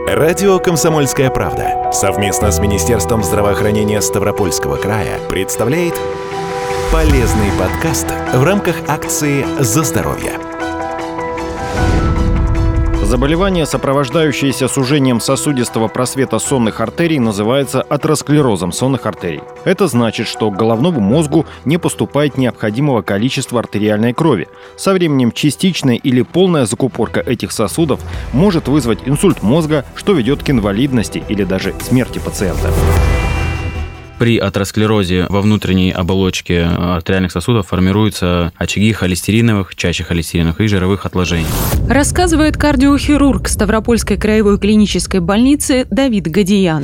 Радио «Комсомольская правда» совместно с Министерством здравоохранения Ставропольского края представляет полезный подкаст в рамках акции «За здоровье». Заболевание, сопровождающееся сужением сосудистого просвета сонных артерий, называется атеросклерозом сонных артерий. Это значит, что к головному мозгу не поступает необходимого количества артериальной крови. Со временем частичная или полная закупорка этих сосудов может вызвать инсульт мозга, что ведет к инвалидности или даже смерти пациента. При атеросклерозе во внутренней оболочке артериальных сосудов формируются очаги холестериновых, чаще холестериновых и жировых отложений. Рассказывает кардиохирург Ставропольской краевой клинической больницы Давид Гадиян.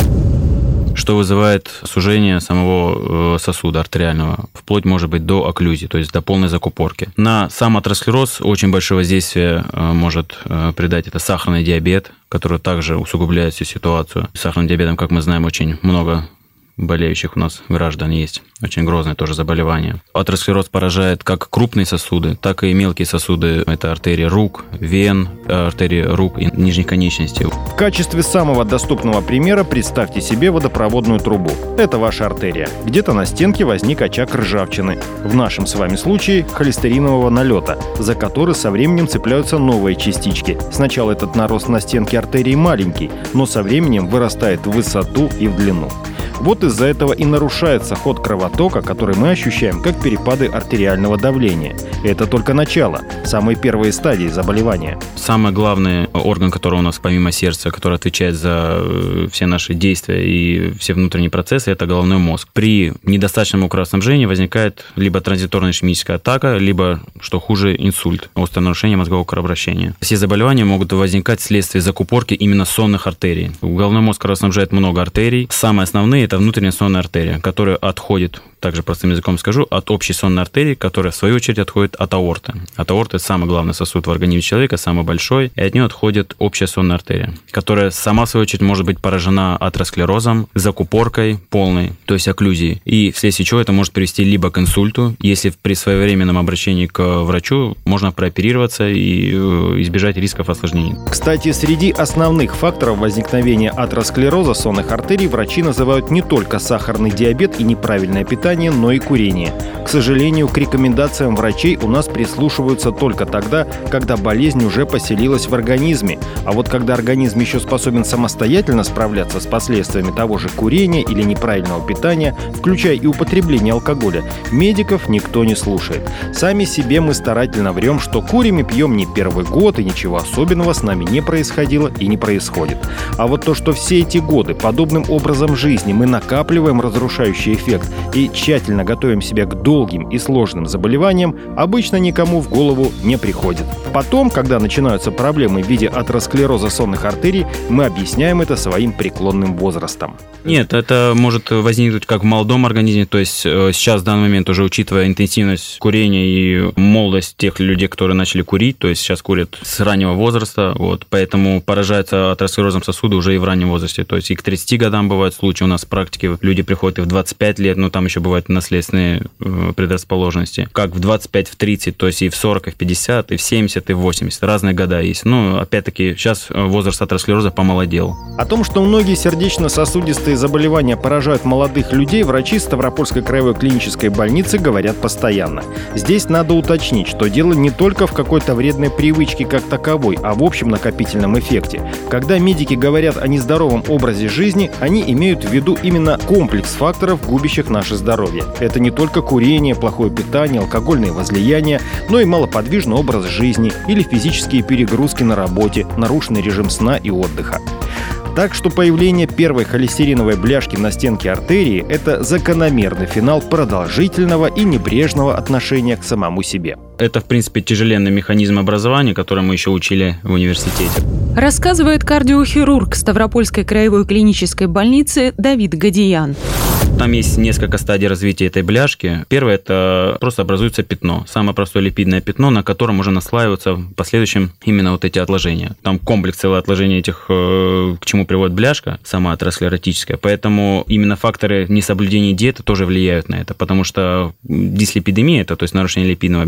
Что вызывает сужение самого сосуда артериального, вплоть, может быть, до окклюзии, то есть до полной закупорки. На сам атеросклероз очень большое воздействие может придать это сахарный диабет, который также усугубляет всю ситуацию. С сахарным диабетом, как мы знаем, очень много болеющих у нас граждан есть. Очень грозное тоже заболевание. Атеросклероз поражает как крупные сосуды, так и мелкие сосуды. Это артерии рук, вен, артерии рук и нижних конечностей. В качестве самого доступного примера представьте себе водопроводную трубу. Это ваша артерия. Где-то на стенке возник очаг ржавчины. В нашем с вами случае холестеринового налета, за который со временем цепляются новые частички. Сначала этот нарост на стенке артерии маленький, но со временем вырастает в высоту и в длину. Вот из-за этого и нарушается ход кровотока, который мы ощущаем как перепады артериального давления. Это только начало, самые первые стадии заболевания. Самый главный орган, который у нас помимо сердца, который отвечает за все наши действия и все внутренние процессы, это головной мозг. При недостаточном кровоснабжении возникает либо транзиторная ишемическая атака, либо, что хуже, инсульт, острое нарушение мозгового кровообращения. Все заболевания могут возникать вследствие закупорки именно сонных артерий. Головной мозг кровоснабжает много артерий. Самые основные – это внутренняя сонная артерия, которая отходит, также простым языком скажу, от общей сонной артерии, которая в свою очередь отходит от аорты. От аорты – это самый главный сосуд в организме человека, самый большой, и от нее отходит общая сонная артерия, которая сама в свою очередь может быть поражена атеросклерозом, закупоркой полной, то есть окклюзией, и вследствие чего это может привести либо к инсульту, если при своевременном обращении к врачу можно прооперироваться и избежать рисков осложнений. Кстати, среди основных факторов возникновения атеросклероза сонных артерий врачи называют не только сахарный диабет и неправильное питание, но и курение. К сожалению, к рекомендациям врачей у нас прислушиваются только тогда, когда болезнь уже поселилась в организме. А вот когда организм еще способен самостоятельно справляться с последствиями того же курения или неправильного питания, включая и употребление алкоголя, медиков никто не слушает. Сами себе мы старательно врем, что курим и пьем не первый год, и ничего особенного с нами не происходило и не происходит. А вот то, что все эти годы подобным образом жизни мы накапливаем разрушающий эффект и тщательно готовим себя к долгим и сложным заболеваниям, обычно никому в голову не приходит. Потом, когда начинаются проблемы в виде атеросклероза сонных артерий, мы объясняем это своим преклонным возрастом. Нет, это может возникнуть как в молодом организме, то есть сейчас в данный момент уже учитывая интенсивность курения и молодость тех людей, которые начали курить, то есть сейчас курят с раннего возраста, поэтому поражаются атеросклерозом сосуда уже и в раннем возрасте, то есть и к 30 годам бывают случаи, у нас в практике люди приходят и в 25 лет, но там еще бывают наследственные предрасположенности, как в 25, в 30, то есть и в 40, и в 50, и в 70, и в 80, разные года есть. Опять-таки, сейчас возраст атеросклероза помолодел. О том, что многие сердечно-сосудистые заболевания поражают молодых людей, врачи Ставропольской краевой клинической больницы говорят постоянно. Здесь надо уточнить, что дело не только в какой-то вредной привычке как таковой, а в общем накопительном эффекте. Когда медики говорят о нездоровом образе жизни, они имеют в виду именно комплекс факторов, губящих наше здоровье. Это не только курение, плохое питание, алкогольные возлияния, но и малоподвижный образ жизни или физические перегрузки на работе, нарушенный режим сна и отдыха. Так что появление первой холестериновой бляшки на стенке артерии – это закономерный финал продолжительного и небрежного отношения к самому себе. Это, в принципе, тяжеленный механизм образования, который мы еще учили в университете. Рассказывает кардиохирург Ставропольской краевой клинической больницы Давид Гадиян. Там есть несколько стадий развития этой бляшки. Первое – это просто образуется пятно. Самое простое липидное пятно, на котором уже наслаиваются в последующем именно эти отложения. Там комплекс целых отложений этих, к чему приводит бляшка, сама атеросклеротическая. Поэтому именно факторы несоблюдения диеты тоже влияют на это, потому что дислипидемия, это, то есть нарушение липидного обмена,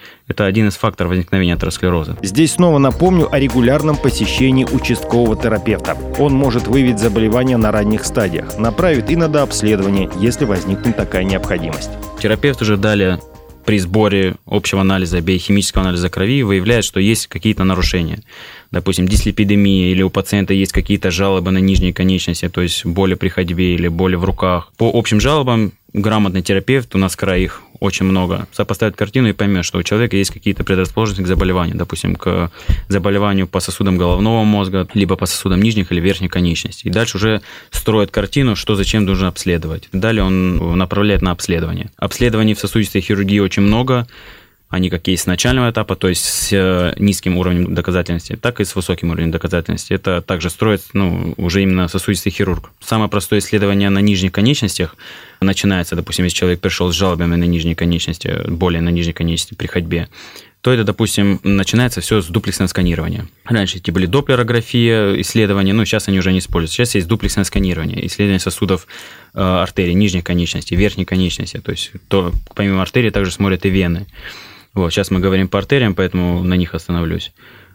Это один из факторов возникновения атеросклероза. Здесь снова напомню о регулярном посещении участкового терапевта. Он может выявить заболевание на ранних стадиях, направит и на дообследование, если возникнет такая необходимость. Терапевт уже далее при сборе общего анализа, биохимического анализа крови выявляет, что есть какие-то нарушения. Допустим, дислепидемия, или у пациента есть какие-то жалобы на нижние конечности, то есть боли при ходьбе или боли в руках. По общим жалобам грамотный терапевт, у нас в крае их очень много, сопоставит картину и поймет, что у человека есть какие-то предрасположенности к заболеванию, допустим, к заболеванию по сосудам головного мозга, либо по сосудам нижних или верхних конечностей. И дальше уже строит картину, что зачем нужно обследовать. Далее он направляет на обследование. Обследований в сосудистой хирургии очень много. Они как есть с начального этапа, то есть с низким уровнем доказательности, так и с высоким уровнем доказательности. Это также строит уже именно сосудистый хирург. Самое простое исследование на нижних конечностях начинается, допустим, если человек пришел с жалобами на нижние конечности, боли на нижней конечности при ходьбе, то это, допустим, начинается все с дуплексного сканирования. Раньше эти были доплерография, исследования, сейчас они уже не используются. Сейчас есть дуплексное сканирование, исследование сосудов артерий нижних конечностей, верхней конечности. То есть помимо артерий также смотрят и вены. Сейчас мы говорим по артериям, поэтому на них остановлюсь.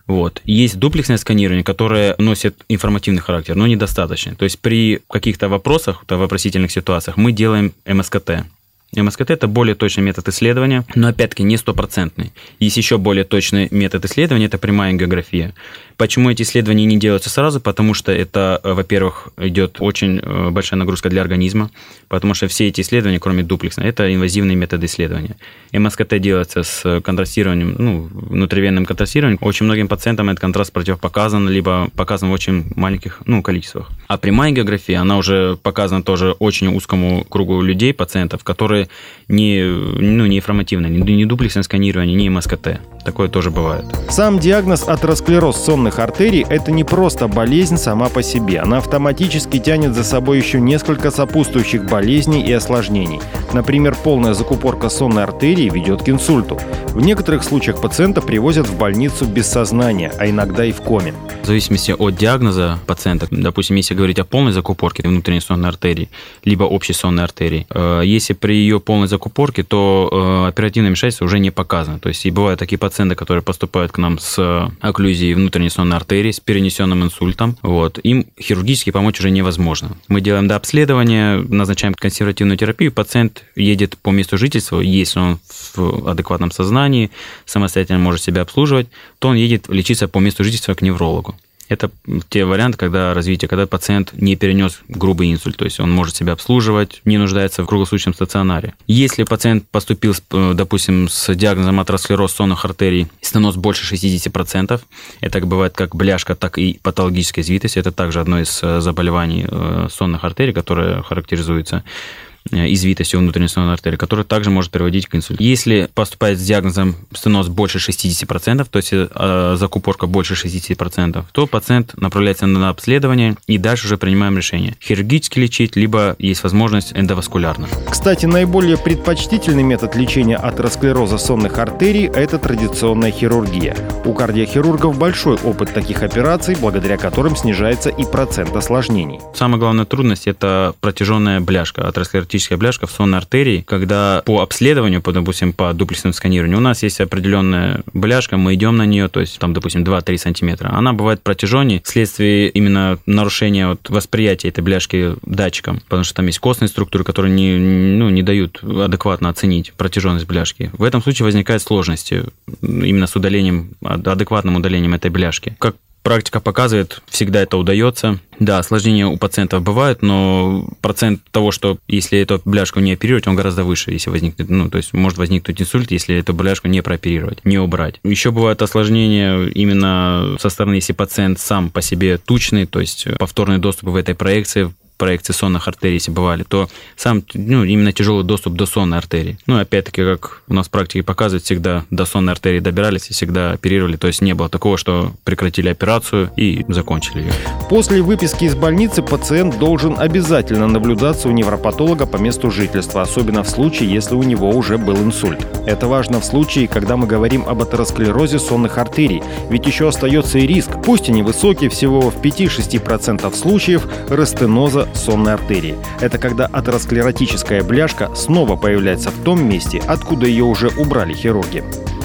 Есть дуплексное сканирование, которое носит информативный характер, но недостаточно. То есть при каких-то вопросах, вопросительных ситуациях мы делаем МСКТ. МСКТ – это более точный метод исследования, но опять-таки не стопроцентный. Есть еще более точный метод исследования – это прямая ангиография. Почему эти исследования не делаются сразу? Потому что это, во-первых, идет очень большая нагрузка для организма, потому что все эти исследования, кроме дуплексного, это инвазивные методы исследования. МСКТ делается с контрастированием, внутривенным контрастированием. Очень многим пациентам этот контраст противопоказан, либо показан в очень маленьких количествах. А прямая ангиография, она уже показана тоже очень узкому кругу людей, пациентов, которые не информативны, ни дуплексное сканирование, ни МСКТ. Такое тоже бывает. Сам диагноз атеросклероз сонных артерий – это не просто болезнь сама по себе. Она автоматически тянет за собой еще несколько сопутствующих болезней и осложнений. Например, полная закупорка сонной артерии ведет к инсульту. В некоторых случаях пациента привозят в больницу без сознания, а иногда и в коме. В зависимости от диагноза пациента, допустим, если говорить о полной закупорке внутренней сонной артерии, либо общей сонной артерии, если при ее полной закупорке, то оперативное вмешательство уже не показано. То есть и бывают такие пациенты, которые поступают к нам с окклюзией внутренней сонной артерии, с перенесенным инсультом. Им хирургически помочь уже невозможно. Мы делаем дообследование, назначаем консервативную терапию, пациент едет по месту жительства, если он в адекватном сознании, самостоятельно может себя обслуживать, то он едет лечиться по месту жительства к неврологу. Это те варианты, когда пациент не перенес грубый инсульт, то есть он может себя обслуживать, не нуждается в круглосуточном стационаре. Если пациент поступил, допустим, с диагнозом атеросклероз сонных артерий, стеноз больше 60%, это бывает как бляшка, так и патологическая извитость, это также одно из заболеваний сонных артерий, которое характеризуется извитостью внутренней сонной артерии, которая также может приводить к инсульту. Если поступает с диагнозом стеноз больше 60%, то есть закупорка больше 60%, то пациент направляется на обследование, и дальше уже принимаем решение: хирургически лечить, либо есть возможность эндоваскулярно. Кстати, наиболее предпочтительный метод лечения атеросклероза сонных артерий – это традиционная хирургия. У кардиохирургов большой опыт таких операций, благодаря которым снижается и процент осложнений. Самая главная трудность – это протяженная бляшка, атеросклеротическая бляшка в сонной артерии, когда по обследованию, допустим, по дуплексному сканированию, у нас есть определенная бляшка, мы идем на нее, то есть там, допустим, 2-3 сантиметра. Она бывает протяженнее вследствие именно нарушения восприятия этой бляшки датчиком, потому что там есть костные структуры, которые не дают адекватно оценить протяженность бляшки. В этом случае возникают сложности именно с удалением, адекватным удалением этой бляшки. Как практика показывает, всегда это удается. Да, осложнения у пациентов бывают, но процент того, что если эту бляшку не оперировать, он гораздо выше, если возникнет, то есть может возникнуть инсульт, если эту бляшку не прооперировать, не убрать. Еще бывают осложнения именно со стороны, если пациент сам по себе тучный, то есть повторный доступ в этой проекции сонных артерий, если бывали, то сам именно тяжелый доступ до сонной артерии. Опять-таки, как у нас в практике показывает, всегда до сонной артерии добирались и всегда оперировали, то есть не было такого, что прекратили операцию и закончили ее. После выписки из больницы пациент должен обязательно наблюдаться у невропатолога по месту жительства, особенно в случае, если у него уже был инсульт. Это важно в случае, когда мы говорим об атеросклерозе сонных артерий, ведь еще остается и риск, пусть и невысокий, всего в 5-6% случаев, рестеноза сонной артерии. Это когда атеросклеротическая бляшка снова появляется в том месте, откуда ее уже убрали хирурги.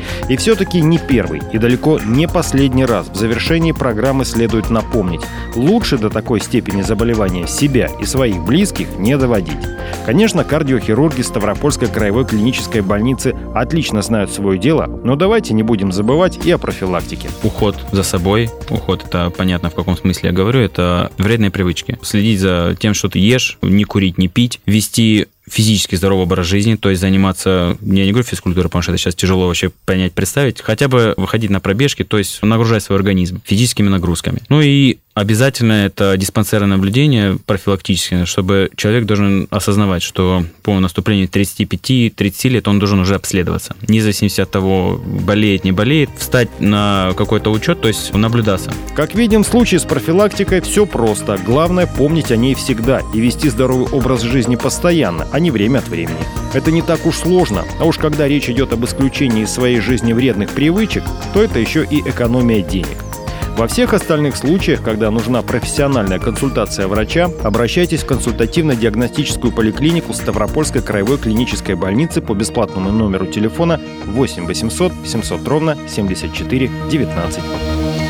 И все-таки не первый и далеко не последний раз в завершении программы следует напомнить: лучше до такой степени заболевания себя и своих близких не доводить. Конечно, кардиохирурги Ставропольской краевой клинической больницы отлично знают свое дело, но давайте не будем забывать и о профилактике. Уход за собой, уход, это понятно, в каком смысле я говорю, это вредные привычки. Следить за тем, что ты ешь, не курить, не пить, вести физически здоровый образ жизни, то есть заниматься, я не говорю физкультурой, потому что это сейчас тяжело вообще понять, представить, хотя бы выходить на пробежки, то есть нагружать свой организм физическими нагрузками. Ну и обязательно это диспансерное наблюдение профилактическое, чтобы человек должен осознавать, что по наступлению 35-30 лет он должен уже обследоваться. Вне зависимости от того, болеет, не болеет, встать на какой-то учет, то есть наблюдаться. Как видим, в случае с профилактикой все просто. Главное помнить о ней всегда и вести здоровый образ жизни постоянно, а не время от времени. Это не так уж сложно, а уж когда речь идет об исключении из своей жизни вредных привычек, то это еще и экономия денег. Во всех остальных случаях, когда нужна профессиональная консультация врача, обращайтесь в консультативно-диагностическую поликлинику Ставропольской краевой клинической больницы по бесплатному номеру телефона 8 800 700 ровно 74 19.